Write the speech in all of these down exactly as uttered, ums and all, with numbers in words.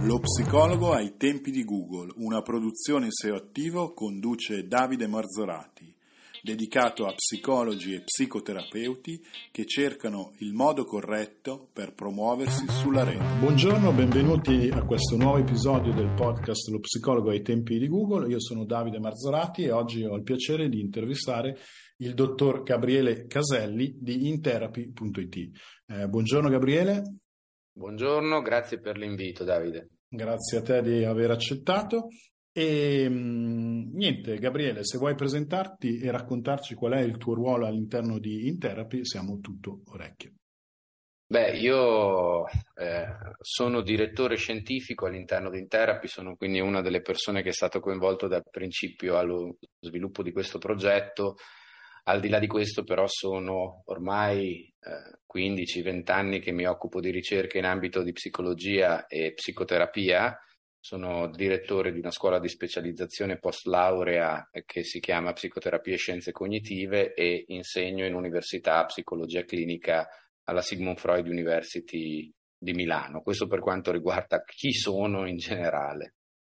Lo psicologo ai tempi di Google, una produzione S E O attivo, conduce Davide Marzorati, dedicato a psicologi e psicoterapeuti che cercano il modo corretto per promuoversi sulla rete. Buongiorno, benvenuti a questo nuovo episodio del podcast Lo psicologo ai tempi di Google. Io sono Davide Marzorati e oggi ho il piacere di intervistare il dottor Gabriele Caselli di Intherapy punto it. Eh, buongiorno Gabriele. Buongiorno, grazie per l'invito Davide. Grazie a te di aver accettato. E mh, niente, Gabriele, se vuoi presentarti e raccontarci qual è il tuo ruolo all'interno di Intherapy, siamo tutto orecchie. Beh, io eh, sono direttore scientifico all'interno di Intherapy, sono quindi una delle persone che è stato coinvolto dal principio allo sviluppo di questo progetto. Al di là di questo però sono ormai eh, quindici venti anni che mi occupo di ricerca in ambito di psicologia e psicoterapia. Sono direttore di una scuola di specializzazione post laurea che si chiama Psicoterapia e Scienze Cognitive e insegno in università psicologia clinica alla Sigmund Freud University di Milano. Questo per quanto riguarda chi sono in generale.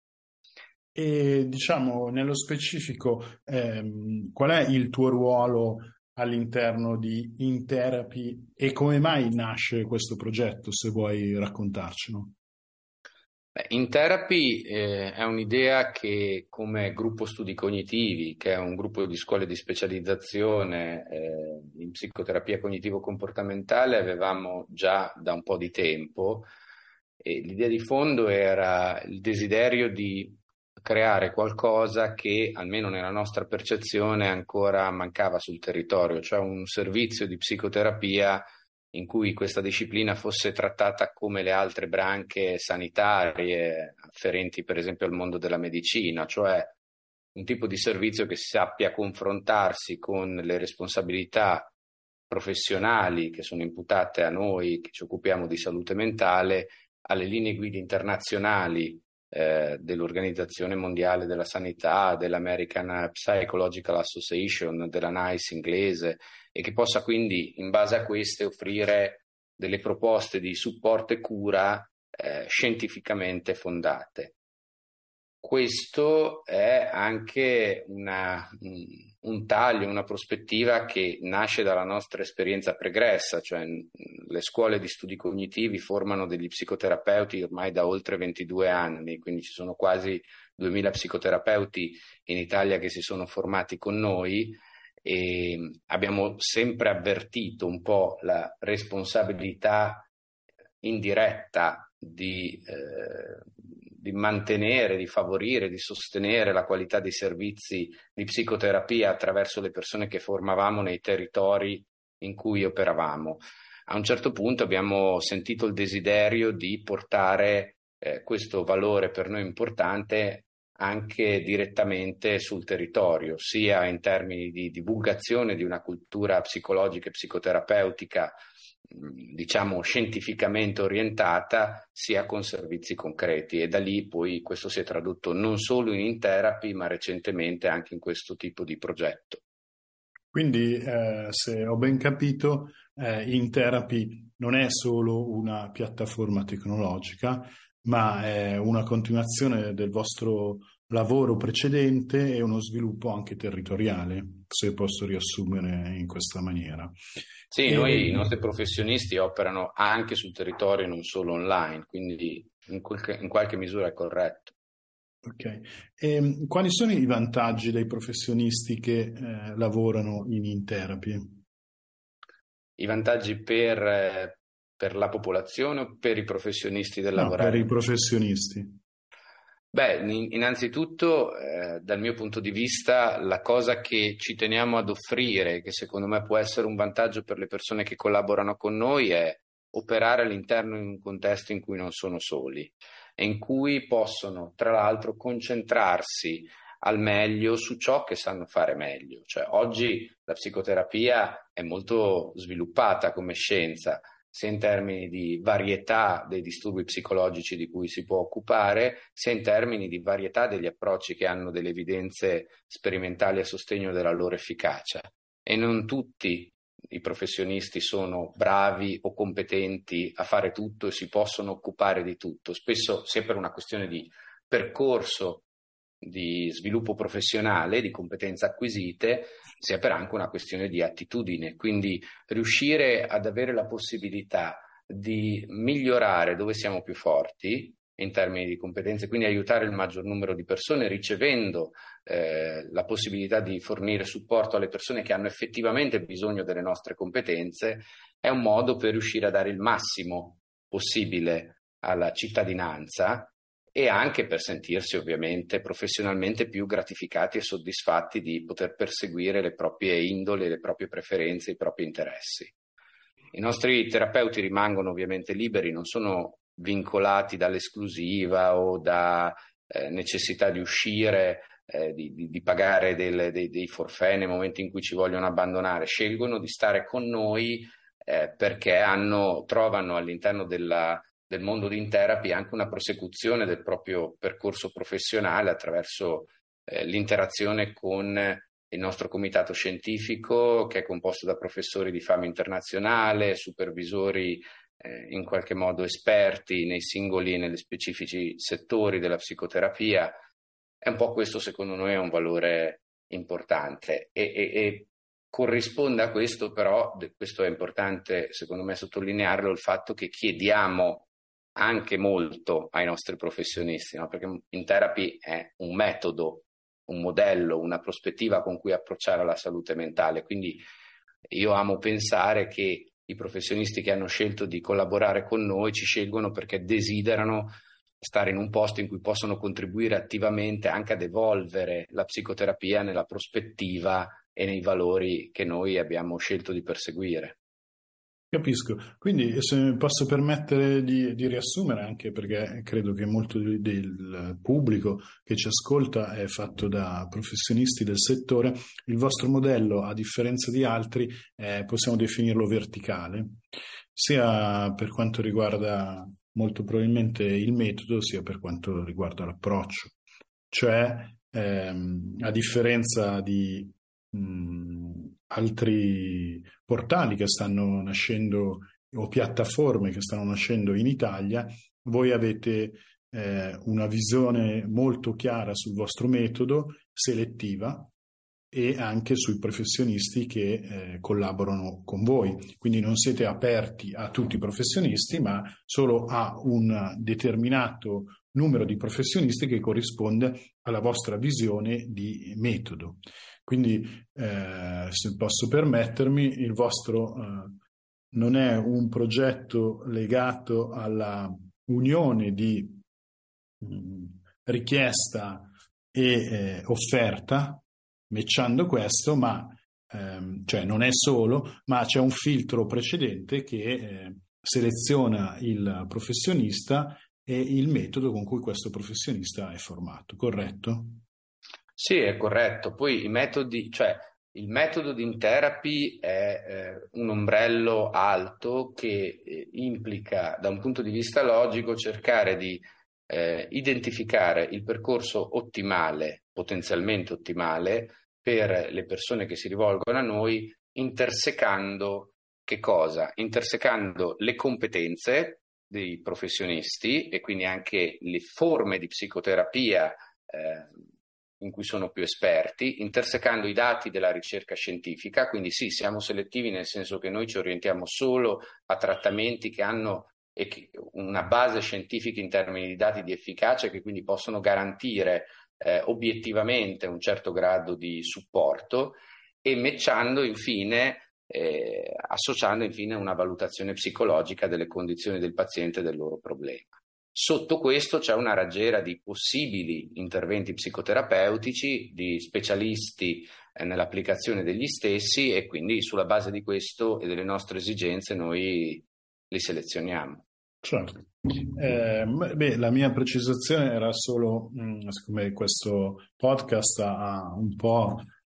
E diciamo nello specifico ehm, qual è il tuo ruolo all'interno di Intherapy e come mai nasce questo progetto, se vuoi raccontarcelo? Beh, Intherapy eh, è un'idea che come gruppo studi cognitivi, che è un gruppo di scuole di specializzazione eh, in psicoterapia cognitivo-comportamentale, avevamo già da un po' di tempo, e l'idea di fondo era il desiderio di creare qualcosa che, almeno nella nostra percezione, ancora mancava sul territorio, cioè un servizio di psicoterapia in cui questa disciplina fosse trattata come le altre branche sanitarie afferenti per esempio al mondo della medicina, cioè un tipo di servizio che sappia confrontarsi con le responsabilità professionali che sono imputate a noi che ci occupiamo di salute mentale, alle linee guida internazionali eh, dell'Organizzazione Mondiale della Sanità, dell'American Psychological Association, della NICE inglese, e che possa quindi in base a queste offrire delle proposte di supporto e cura eh, scientificamente fondate. Questo è anche una, un taglio, una prospettiva che nasce dalla nostra esperienza pregressa, cioè le scuole di studi cognitivi formano degli psicoterapeuti ormai da oltre ventidue anni, quindi ci sono quasi duemila psicoterapeuti in Italia che si sono formati con noi e abbiamo sempre avvertito un po' la responsabilità indiretta di eh, di mantenere, di favorire, di sostenere la qualità dei servizi di psicoterapia attraverso le persone che formavamo nei territori in cui operavamo. A un certo punto abbiamo sentito il desiderio di portare eh, questo valore per noi importante anche direttamente sul territorio, sia in termini di divulgazione di una cultura psicologica e psicoterapeutica diciamo scientificamente orientata, sia con servizi concreti, e da lì poi questo si è tradotto non solo in Intherapy ma recentemente anche in questo tipo di progetto. Quindi eh, se ho ben capito eh, Intherapy non è solo una piattaforma tecnologica ma è una continuazione del vostro lavoro precedente e uno sviluppo anche territoriale, se posso riassumere in questa maniera. Sì, e... noi i nostri professionisti operano anche sul territorio, non solo online, quindi in qualche, in qualche misura è corretto. Ok. E, quali sono i vantaggi dei professionisti che eh, lavorano in Intherapy? I vantaggi per, eh, per la popolazione o per i professionisti del no, lavorare? Per i professionisti. Beh, innanzitutto eh, dal mio punto di vista la cosa che ci teniamo ad offrire, che secondo me può essere un vantaggio per le persone che collaborano con noi, è operare all'interno di un contesto in cui non sono soli e in cui possono tra l'altro concentrarsi al meglio su ciò che sanno fare meglio. Cioè, oggi la psicoterapia è molto sviluppata come scienza, sia in termini di varietà dei disturbi psicologici di cui si può occupare, sia in termini di varietà degli approcci che hanno delle evidenze sperimentali a sostegno della loro efficacia. E non tutti i professionisti sono bravi o competenti a fare tutto e si possono occupare di tutto, spesso sia per una questione di percorso di sviluppo professionale, di competenze acquisite, sia per anche una questione di attitudine. Quindi riuscire ad avere la possibilità di migliorare dove siamo più forti in termini di competenze, quindi aiutare il maggior numero di persone, ricevendo eh, la possibilità di fornire supporto alle persone che hanno effettivamente bisogno delle nostre competenze, è un modo per riuscire a dare il massimo possibile alla cittadinanza e anche per sentirsi ovviamente professionalmente più gratificati e soddisfatti di poter perseguire le proprie indole, le proprie preferenze, i propri interessi. I nostri terapeuti rimangono ovviamente liberi, non sono vincolati dall'esclusiva o da eh, necessità di uscire, eh, di, di, di pagare del, dei, dei forfait nei momenti in cui ci vogliono abbandonare. Scelgono di stare con noi eh, perché hanno, trovano all'interno della del mondo di Interapy anche una prosecuzione del proprio percorso professionale attraverso eh, l'interazione con il nostro comitato scientifico, che è composto da professori di fama internazionale, supervisori eh, in qualche modo esperti nei singoli e negli specifici settori della psicoterapia. È un po' questo, secondo noi, è un valore importante e, e, e corrisponde a questo, però, questo è importante secondo me sottolinearlo, il fatto che chiediamo anche molto ai nostri professionisti, no? Perché Interapy è un metodo, un modello, una prospettiva con cui approcciare la salute mentale, quindi io amo pensare che i professionisti che hanno scelto di collaborare con noi ci scelgono perché desiderano stare in un posto in cui possono contribuire attivamente anche ad evolvere la psicoterapia nella prospettiva e nei valori che noi abbiamo scelto di perseguire. Capisco, quindi se mi posso permettere di, di riassumere, anche perché credo che molto del pubblico che ci ascolta è fatto da professionisti del settore, il vostro modello, a differenza di altri, eh, possiamo definirlo verticale, sia per quanto riguarda molto probabilmente il metodo, sia per quanto riguarda l'approccio. Cioè, ehm, a differenza di mh, altri portali che stanno nascendo o piattaforme che stanno nascendo in Italia, voi avete eh, una visione molto chiara sul vostro metodo, selettiva, e anche sui professionisti che eh, collaborano con voi. Quindi non siete aperti a tutti i professionisti, ma solo a un determinato numero di professionisti che corrisponde alla vostra visione di metodo. Quindi, eh, se posso permettermi, il vostro eh, non è un progetto legato alla unione di mh, richiesta e eh, offerta, matchando questo, ma ehm, cioè non è solo, ma c'è un filtro precedente che eh, seleziona il professionista e il metodo con cui questo professionista è formato, corretto? Sì, è corretto. Poi i metodi, cioè il metodo di Interapy è eh, un ombrello alto che eh, implica, da un punto di vista logico, cercare di eh, identificare il percorso ottimale, potenzialmente ottimale, per le persone che si rivolgono a noi, intersecando che cosa? Intersecando le competenze dei professionisti e quindi anche le forme di psicoterapia eh, in cui sono più esperti, intersecando i dati della ricerca scientifica, quindi sì, siamo selettivi nel senso che noi ci orientiamo solo a trattamenti che hanno una base scientifica in termini di dati di efficacia e che quindi possono garantire eh, obiettivamente un certo grado di supporto e matchando infine, eh, associando infine una valutazione psicologica delle condizioni del paziente e del loro problema. Sotto questo c'è una raggiera di possibili interventi psicoterapeutici, di specialisti eh, nell'applicazione degli stessi e quindi sulla base di questo e delle nostre esigenze noi li selezioniamo. Certo. Eh, beh, la mia precisazione era solo, mh, siccome questo podcast ha un po'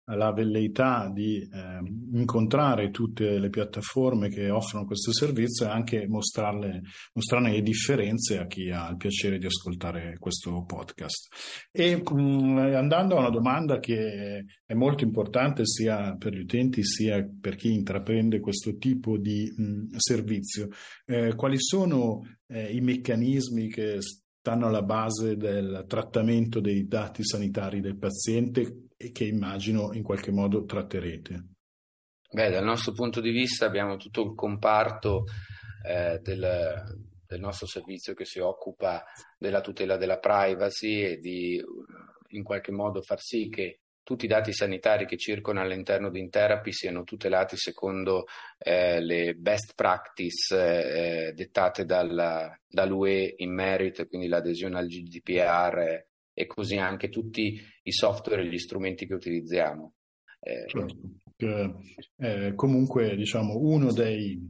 la velleità di eh, incontrare tutte le piattaforme che offrono questo servizio e anche mostrarle, mostrarne le differenze a chi ha il piacere di ascoltare questo podcast. E mh, andando a una domanda che è molto importante sia per gli utenti sia per chi intraprende questo tipo di mh, servizio, eh, quali sono eh, i meccanismi che stanno alla base del trattamento dei dati sanitari del paziente e che immagino in qualche modo tratterete? Beh, dal nostro punto di vista abbiamo tutto il comparto eh, del, del nostro servizio che si occupa della tutela della privacy e di in qualche modo far sì che tutti i dati sanitari che circolano all'interno di Intherapy siano tutelati secondo eh, le best practice eh, dettate dalla, dall'U E in merito, quindi l'adesione al G D P R eh, e così anche tutti i software e gli strumenti che utilizziamo. Eh, certo. eh, eh, comunque, diciamo, uno dei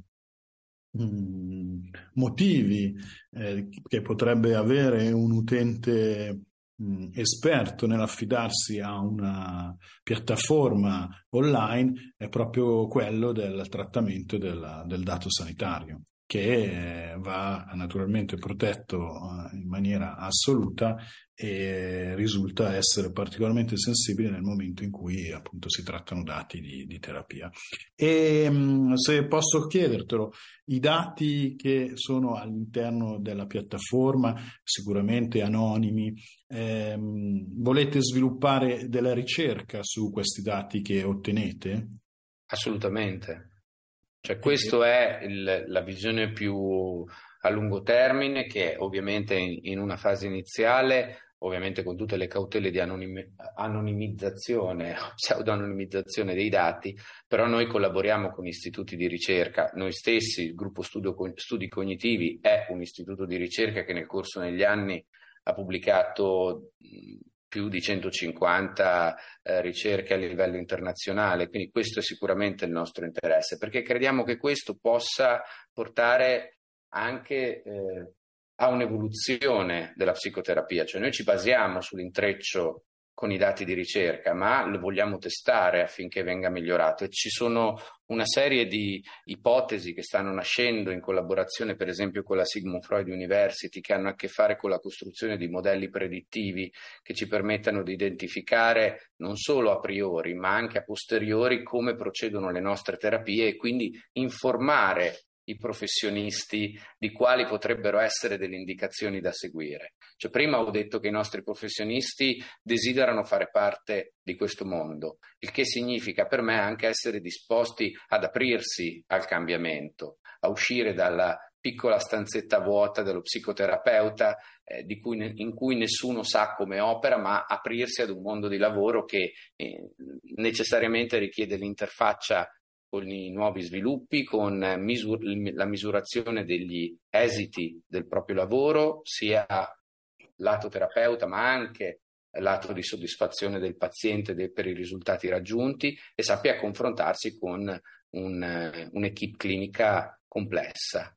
mh, motivi eh, che potrebbe avere un utente esperto nell'affidarsi a una piattaforma online è proprio quello del trattamento del, del dato sanitario, che va naturalmente protetto in maniera assoluta e risulta essere particolarmente sensibile nel momento in cui appunto si trattano dati di, di terapia. E se posso chiedertelo, i dati che sono all'interno della piattaforma, sicuramente anonimi, ehm, volete sviluppare della ricerca su questi dati che ottenete? Assolutamente. Cioè, questo è il, la visione più a lungo termine, che ovviamente in, in una fase iniziale, ovviamente con tutte le cautele di anonim- anonimizzazione, pseudo-anonimizzazione dei dati, però noi collaboriamo con istituti di ricerca. Noi stessi, il gruppo Studio, Studi Cognitivi, è un istituto di ricerca che nel corso degli anni ha pubblicato più di centocinquanta eh, ricerche a livello internazionale, quindi questo è sicuramente il nostro interesse, perché crediamo che questo possa portare anche eh, a un'evoluzione della psicoterapia, cioè noi ci basiamo sull'intreccio con i dati di ricerca, ma lo vogliamo testare affinché venga migliorato, e ci sono una serie di ipotesi che stanno nascendo in collaborazione per esempio con la Sigmund Freud University, che hanno a che fare con la costruzione di modelli predittivi che ci permettano di identificare non solo a priori ma anche a posteriori come procedono le nostre terapie e quindi informare i professionisti di quali potrebbero essere delle indicazioni da seguire. Cioè, prima ho detto che i nostri professionisti desiderano fare parte di questo mondo, il che significa per me anche essere disposti ad aprirsi al cambiamento, a uscire dalla piccola stanzetta vuota dello psicoterapeuta eh, di cui ne, in cui nessuno sa come opera, ma aprirsi ad un mondo di lavoro che eh, necessariamente richiede l'interfaccia con i nuovi sviluppi, con misur- la misurazione degli esiti del proprio lavoro, sia lato terapeuta ma anche lato di soddisfazione del paziente de- per i risultati raggiunti, e sappia confrontarsi con un, un'equipe clinica complessa.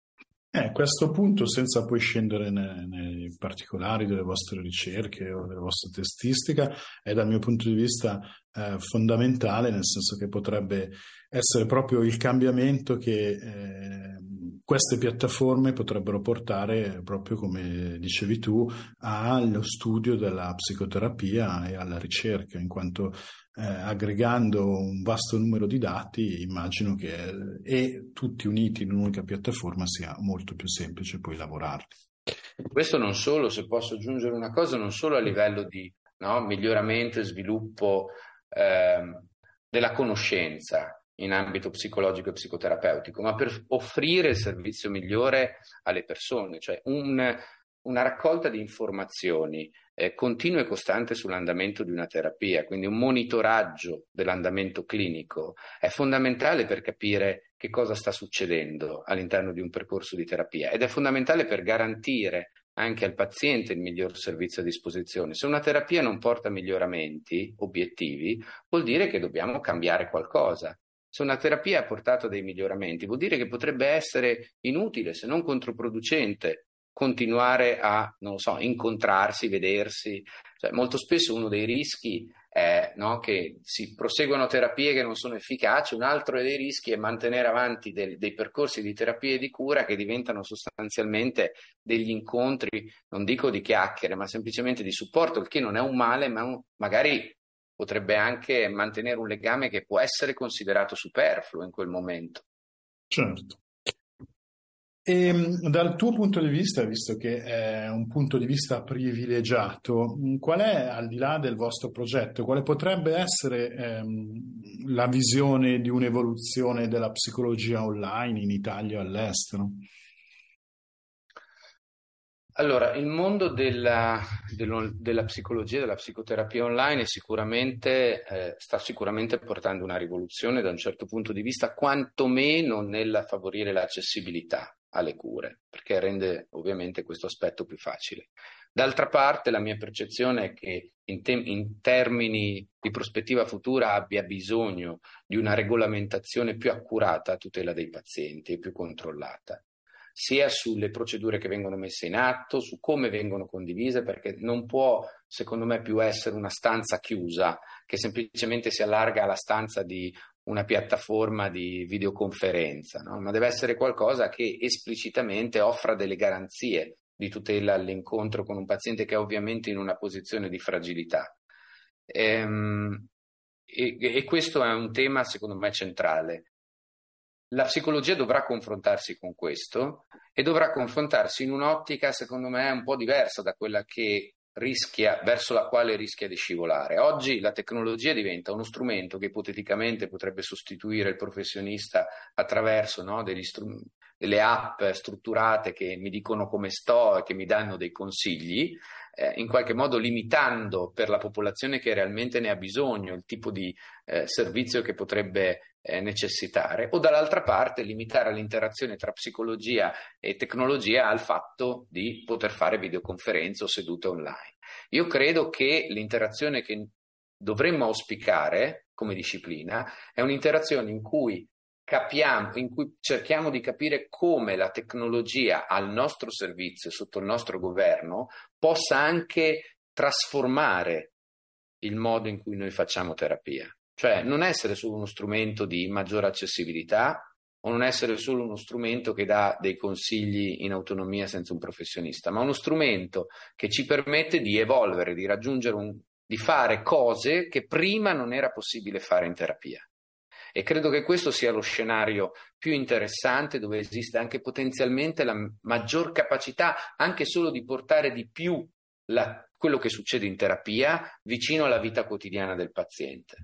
Eh, a questo punto, senza poi scendere nei, nei particolari delle vostre ricerche o della vostra testistica, è dal mio punto di vista eh, fondamentale, nel senso che potrebbe essere proprio il cambiamento che eh, queste piattaforme potrebbero portare, proprio come dicevi tu, allo studio della psicoterapia e alla ricerca, in quanto Eh, aggregando un vasto numero di dati, immagino che e tutti uniti in un'unica piattaforma sia molto più semplice poi lavorarli. Questo non solo, se posso aggiungere una cosa, non solo a livello di no, miglioramento e sviluppo eh, della conoscenza in ambito psicologico e psicoterapeutico, ma per offrire il servizio migliore alle persone, cioè un, una raccolta di informazioni eh, continua e costante sull'andamento di una terapia, quindi un monitoraggio dell'andamento clinico è fondamentale per capire che cosa sta succedendo all'interno di un percorso di terapia, ed è fondamentale per garantire anche al paziente il miglior servizio a disposizione. Se una terapia non porta miglioramenti obiettivi, vuol dire che dobbiamo cambiare qualcosa. Se una terapia ha portato dei miglioramenti, vuol dire che potrebbe essere inutile, se non controproducente, continuare a, non lo so, incontrarsi, vedersi. Cioè, molto spesso uno dei rischi è, no, che si proseguono terapie che non sono efficaci, un altro dei rischi è mantenere avanti dei, dei percorsi di terapia e di cura che diventano sostanzialmente degli incontri, non dico di chiacchiere, ma semplicemente di supporto, il che non è un male, ma un, magari potrebbe anche mantenere un legame che può essere considerato superfluo in quel momento. Certo. E dal tuo punto di vista, visto che è un punto di vista privilegiato, qual è, al di là del vostro progetto, quale potrebbe essere ehm, la visione di un'evoluzione della psicologia online in Italia o all'estero? Allora, il mondo della, dello, della psicologia, della psicoterapia online è sicuramente, eh, sta sicuramente portando una rivoluzione da un certo punto di vista, quantomeno nel favorire l'accessibilità alle cure, perché rende ovviamente questo aspetto più facile. D'altra parte, la mia percezione è che in, te- in termini di prospettiva futura abbia bisogno di una regolamentazione più accurata a tutela dei pazienti e più controllata, sia sulle procedure che vengono messe in atto, su come vengono condivise, perché non può, secondo me, più essere una stanza chiusa che semplicemente si allarga alla stanza di una piattaforma di videoconferenza, no? Ma deve essere qualcosa che esplicitamente offra delle garanzie di tutela all'incontro con un paziente che è ovviamente in una posizione di fragilità. Ehm, e, e questo è un tema, secondo me, centrale. La psicologia dovrà confrontarsi con questo e dovrà confrontarsi in un'ottica, secondo me, un po' diversa da quella che rischia, verso la quale rischia di scivolare. Oggi la tecnologia diventa uno strumento che ipoteticamente potrebbe sostituire il professionista attraverso, no, degli str- delle app strutturate che mi dicono come sto e che mi danno dei consigli, eh, in qualche modo limitando per la popolazione che realmente ne ha bisogno il tipo di eh, servizio che potrebbe Eh, necessitare, o dall'altra parte limitare l'interazione tra psicologia e tecnologia al fatto di poter fare videoconferenze o sedute online. Io credo che l'interazione che dovremmo auspicare come disciplina è un'interazione in cui capiamo, in cui cerchiamo di capire come la tecnologia al nostro servizio, sotto il nostro governo, possa anche trasformare il modo in cui noi facciamo terapia. Cioè non essere solo uno strumento di maggiore accessibilità o non essere solo uno strumento che dà dei consigli in autonomia senza un professionista, ma uno strumento che ci permette di evolvere, di raggiungere un, di fare cose che prima non era possibile fare in terapia. E credo che questo sia lo scenario più interessante, dove esiste anche potenzialmente la maggior capacità anche solo di portare di più la, quello che succede in terapia vicino alla vita quotidiana del paziente.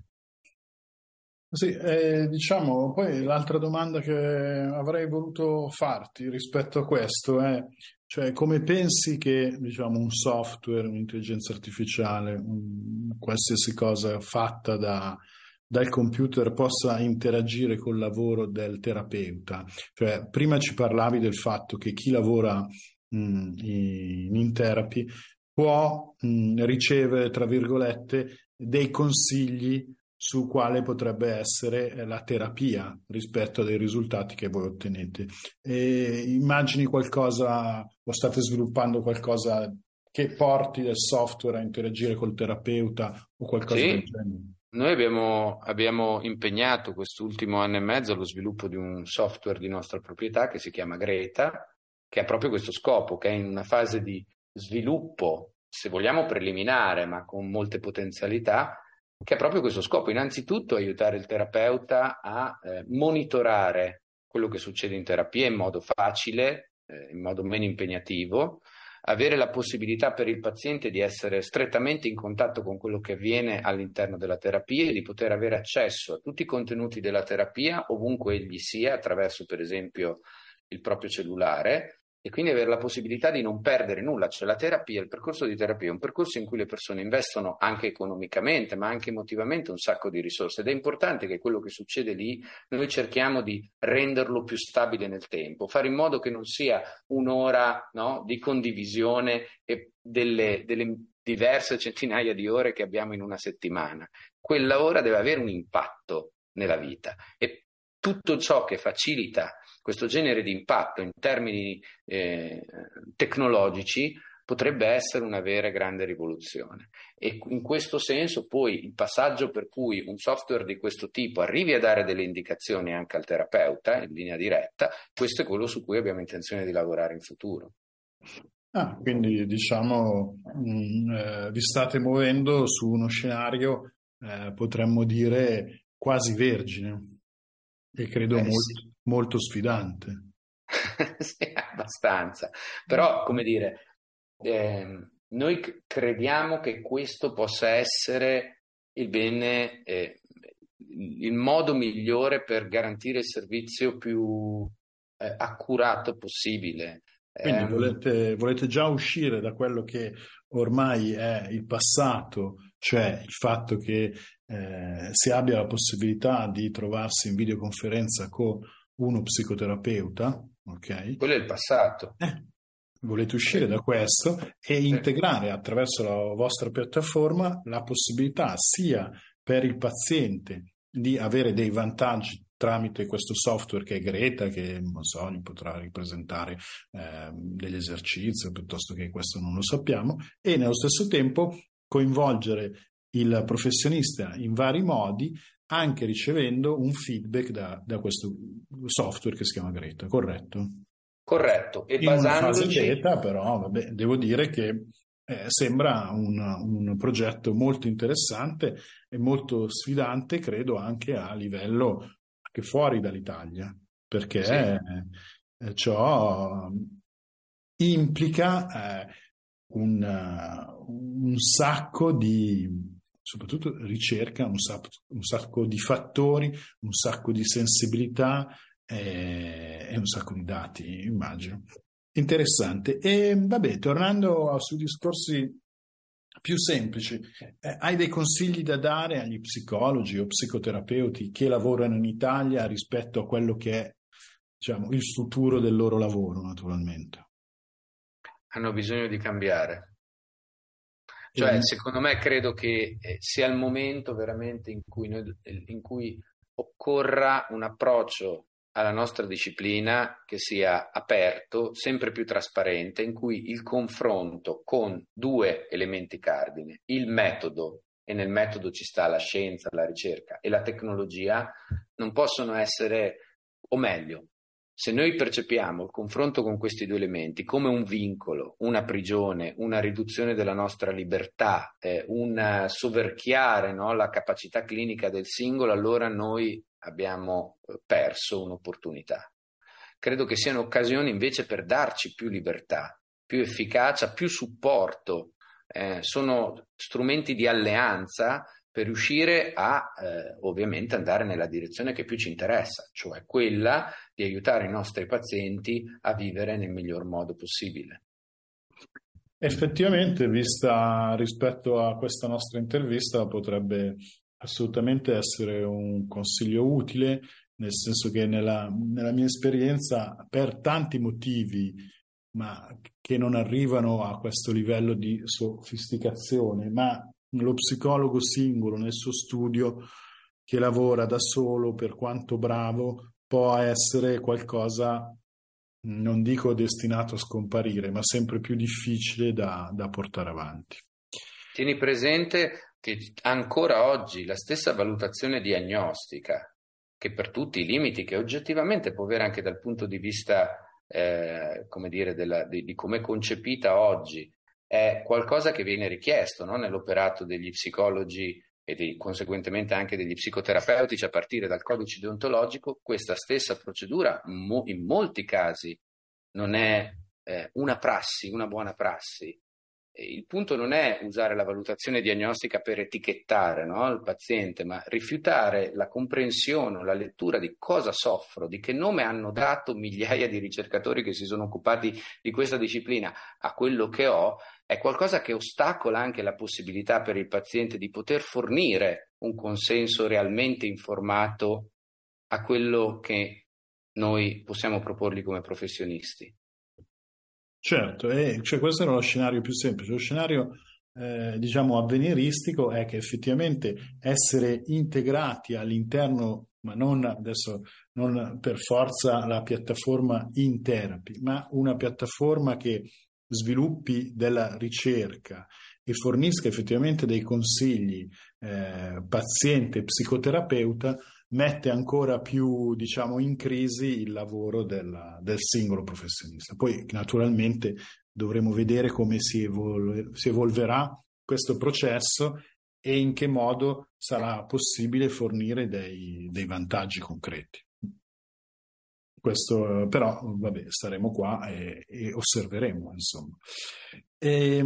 Sì, eh, diciamo, poi l'altra domanda che avrei voluto farti rispetto a questo è, cioè, come pensi che, diciamo, un software, un'intelligenza artificiale, un, qualsiasi cosa fatta da, dal computer possa interagire col lavoro del terapeuta? Cioè, prima ci parlavi del fatto che chi lavora mh, in, in therapy può mh, ricevere, tra virgolette, dei consigli su quale potrebbe essere la terapia rispetto ai risultati che voi ottenete. E immagini qualcosa, o state sviluppando qualcosa che porti del software a interagire col terapeuta o qualcosa Sì, del genere? noi abbiamo, abbiamo impegnato quest'ultimo anno e mezzo allo sviluppo di un software di nostra proprietà che si chiama Greta, che ha proprio questo scopo, che è in una fase di sviluppo, se vogliamo preliminare, ma con molte potenzialità, che ha proprio questo scopo: innanzitutto aiutare il terapeuta a eh, monitorare quello che succede in terapia in modo facile, eh, in modo meno impegnativo, avere la possibilità per il paziente di essere strettamente in contatto con quello che avviene all'interno della terapia e di poter avere accesso a tutti i contenuti della terapia ovunque egli sia, attraverso per esempio il proprio cellulare, e quindi avere la possibilità di non perdere nulla. Cioè la terapia, il percorso di terapia è un percorso in cui le persone investono anche economicamente ma anche emotivamente un sacco di risorse, ed è importante che quello che succede lì noi cerchiamo di renderlo più stabile nel tempo, fare in modo che non sia un'ora, no, di condivisione e delle, delle diverse centinaia di ore che abbiamo in una settimana. Quella ora deve avere un impatto nella vita, e tutto ciò che facilita questo genere di impatto in termini eh, tecnologici potrebbe essere una vera e grande rivoluzione. E in questo senso poi il passaggio per cui un software di questo tipo arrivi a dare delle indicazioni anche al terapeuta in linea diretta, questo è quello su cui abbiamo intenzione di lavorare in futuro. Ah, quindi diciamo mh, eh, vi state muovendo su uno scenario, eh, potremmo dire, quasi vergine e credo Eh, molto, sì. molto sfidante. Sì, abbastanza. Però, come dire, eh, noi c- crediamo che questo possa essere il bene, eh, il modo migliore per garantire il servizio più eh, accurato possibile. Quindi Ehm, volete, volete già uscire da quello che ormai è il passato, cioè il fatto che eh, si abbia la possibilità di trovarsi in videoconferenza con uno psicoterapeuta, ok? quello è il passato. Eh, volete uscire Sì, da questo e sì, integrare attraverso la vostra piattaforma la possibilità sia per il paziente di avere dei vantaggi tramite questo software che è Greta, che non so, gli potrà ripresentare eh, degli esercizi, piuttosto che questo non lo sappiamo, e nello stesso tempo coinvolgere il professionista in vari modi, anche ricevendo un feedback da, da questo software che si chiama Greta, corretto? corretto. E In una fase basandoci... beta, però, vabbè, devo dire che eh, sembra un, un progetto molto interessante e molto sfidante, credo, anche a livello anche fuori dall'Italia, perché Sì, eh, ciò implica eh, un, uh, un sacco di, soprattutto ricerca, un sacco, un sacco di fattori, un sacco di sensibilità e, e un sacco di dati, immagino. Interessante. E vabbè, tornando a, su discorsi più semplici, eh, hai dei consigli da dare agli psicologi o psicoterapeuti che lavorano in Italia rispetto a quello che è, diciamo, il futuro del loro lavoro, naturalmente? hanno bisogno di cambiare. E Cioè, secondo me, credo che eh, sia il momento veramente in cui, noi, in cui occorra un approccio alla nostra disciplina che sia aperto, sempre più trasparente, in cui il confronto con due elementi cardine, il metodo, e nel metodo ci sta la scienza, la ricerca, e la tecnologia, non possono essere, o meglio, se noi percepiamo il confronto con questi due elementi come un vincolo, una prigione, una riduzione della nostra libertà, eh, un soverchiare, no, la capacità clinica del singolo, allora noi abbiamo perso un'opportunità. Credo che siano occasioni invece per darci più libertà, più efficacia, più supporto. Eh, sono strumenti di alleanza per riuscire a eh, ovviamente andare nella direzione che più ci interessa, cioè quella di aiutare i nostri pazienti a vivere nel miglior modo possibile. effettivamente, vista rispetto a questa nostra intervista, potrebbe assolutamente essere un consiglio utile, nel senso che nella, nella mia esperienza, per tanti motivi, ma che non arrivano a questo livello di sofisticazione, ma lo psicologo singolo nel suo studio che lavora da solo, per quanto bravo, può essere qualcosa, non dico destinato a scomparire, ma sempre più difficile da, da portare avanti. Tieni presente che ancora oggi la stessa valutazione diagnostica, che per tutti i limiti che oggettivamente può avere anche dal punto di vista eh, come dire, della, di, di come è concepita oggi, è qualcosa che viene richiesto, no? Nell'operato degli psicologi e di, conseguentemente anche degli psicoterapeuti, a partire dal codice deontologico. Questa stessa procedura mo, in molti casi non è eh, una prassi, una buona prassi. Il punto non è usare la valutazione diagnostica per etichettare, no, il paziente, ma rifiutare la comprensione o la lettura di cosa soffro, di che nome hanno dato migliaia di ricercatori che si sono occupati di questa disciplina a quello che ho, è qualcosa che ostacola anche la possibilità per il paziente di poter fornire un consenso realmente informato a quello che noi possiamo proporgli come professionisti. Certo, e cioè questo era lo scenario più semplice. Lo scenario, eh, diciamo, avveniristico è che effettivamente essere integrati all'interno, ma non adesso, non per forza la piattaforma InTherapy, ma una piattaforma che sviluppi della ricerca e fornisca effettivamente dei consigli eh, paziente e psicoterapeuta, mette ancora più, diciamo, in crisi il lavoro della, del singolo professionista. Poi naturalmente dovremo vedere come si, evol- si evolverà questo processo e in che modo sarà possibile fornire dei, dei vantaggi concreti. Questo però, vabbè, staremo qua e, e osserveremo, insomma. E,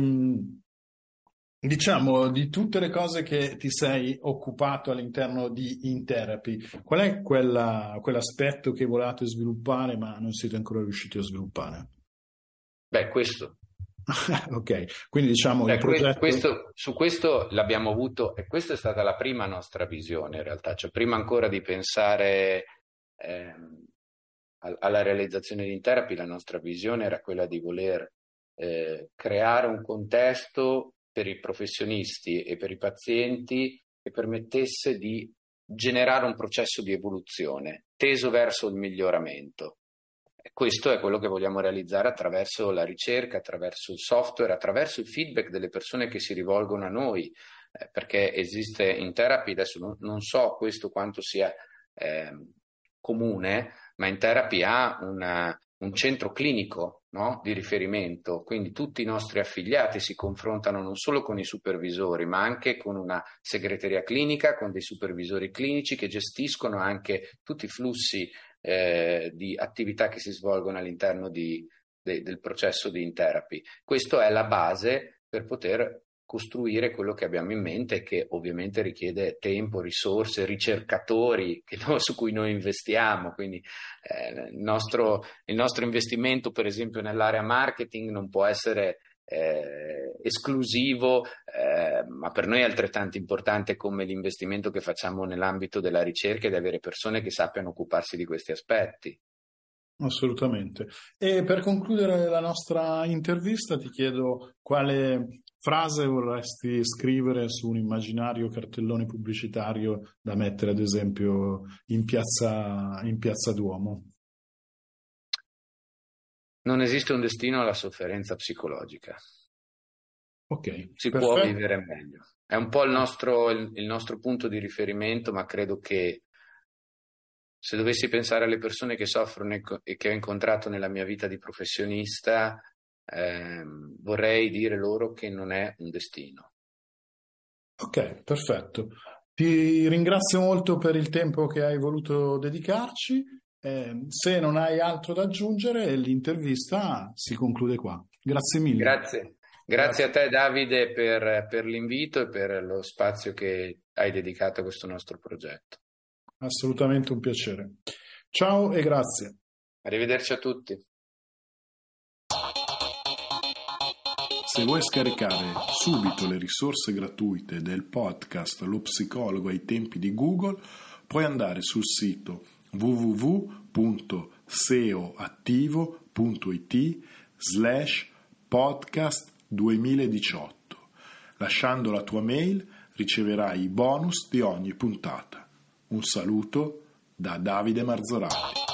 diciamo, di tutte le cose che ti sei occupato all'interno di In-Therapy, qual è quella, quell'aspetto che volate sviluppare ma non siete ancora riusciti a sviluppare? Beh, questo. Ok, quindi diciamo Beh, il progetto... questo, su questo l'abbiamo avuto, e questa è stata la prima nostra visione in realtà, cioè prima ancora di pensare eh, alla realizzazione di In-Therapy, la nostra visione era quella di voler eh, creare un contesto per i professionisti e per i pazienti che permettesse di generare un processo di evoluzione teso verso il miglioramento. Questo è quello che vogliamo realizzare attraverso la ricerca, attraverso il software, attraverso il feedback delle persone che si rivolgono a noi, eh, perché esiste In-Therapy, adesso non, non so questo quanto sia eh, comune, ma In-Therapy ha una, un centro clinico, no, di riferimento, quindi tutti i nostri affiliati si confrontano non solo con i supervisori, ma anche con una segreteria clinica, con dei supervisori clinici che gestiscono anche tutti i flussi Eh, di attività che si svolgono all'interno di, de, del processo di In-Therapy. Questo è la base per poter costruire quello che abbiamo in mente e che ovviamente richiede tempo, risorse, ricercatori che no, su cui noi investiamo, quindi eh, il, nostro, il nostro investimento per esempio nell'area marketing non può essere Eh, esclusivo, eh, ma per noi è altrettanto importante come l'investimento che facciamo nell'ambito della ricerca e di avere persone che sappiano occuparsi di questi aspetti. Assolutamente. E per concludere la nostra intervista ti chiedo quale frase vorresti scrivere su un immaginario cartellone pubblicitario da mettere ad esempio in piazza, in piazza Duomo. Non esiste un destino alla sofferenza psicologica. Ok, si perfetto. Può vivere meglio. È un po' il nostro, il, il nostro punto di riferimento, ma credo che se dovessi pensare alle persone che soffrono e che ho incontrato nella mia vita di professionista, ehm, vorrei dire loro che non è un destino. Ok, perfetto. Ti ringrazio molto per il tempo che hai voluto dedicarci. Eh, se non hai altro da aggiungere, l'intervista si conclude qua. Grazie mille. Grazie. Grazie a te Davide per, per l'invito e per lo spazio che hai dedicato a questo nostro progetto. Assolutamente un piacere. Ciao e grazie. Arrivederci a tutti. Se vuoi scaricare subito le risorse gratuite del podcast Lo Psicologo ai tempi di Google, puoi andare sul sito w w w punto seoattivo punto it slash podcast duemiladiciotto. Lasciando la tua mail riceverai i bonus di ogni puntata. Un saluto da Davide Marzorati.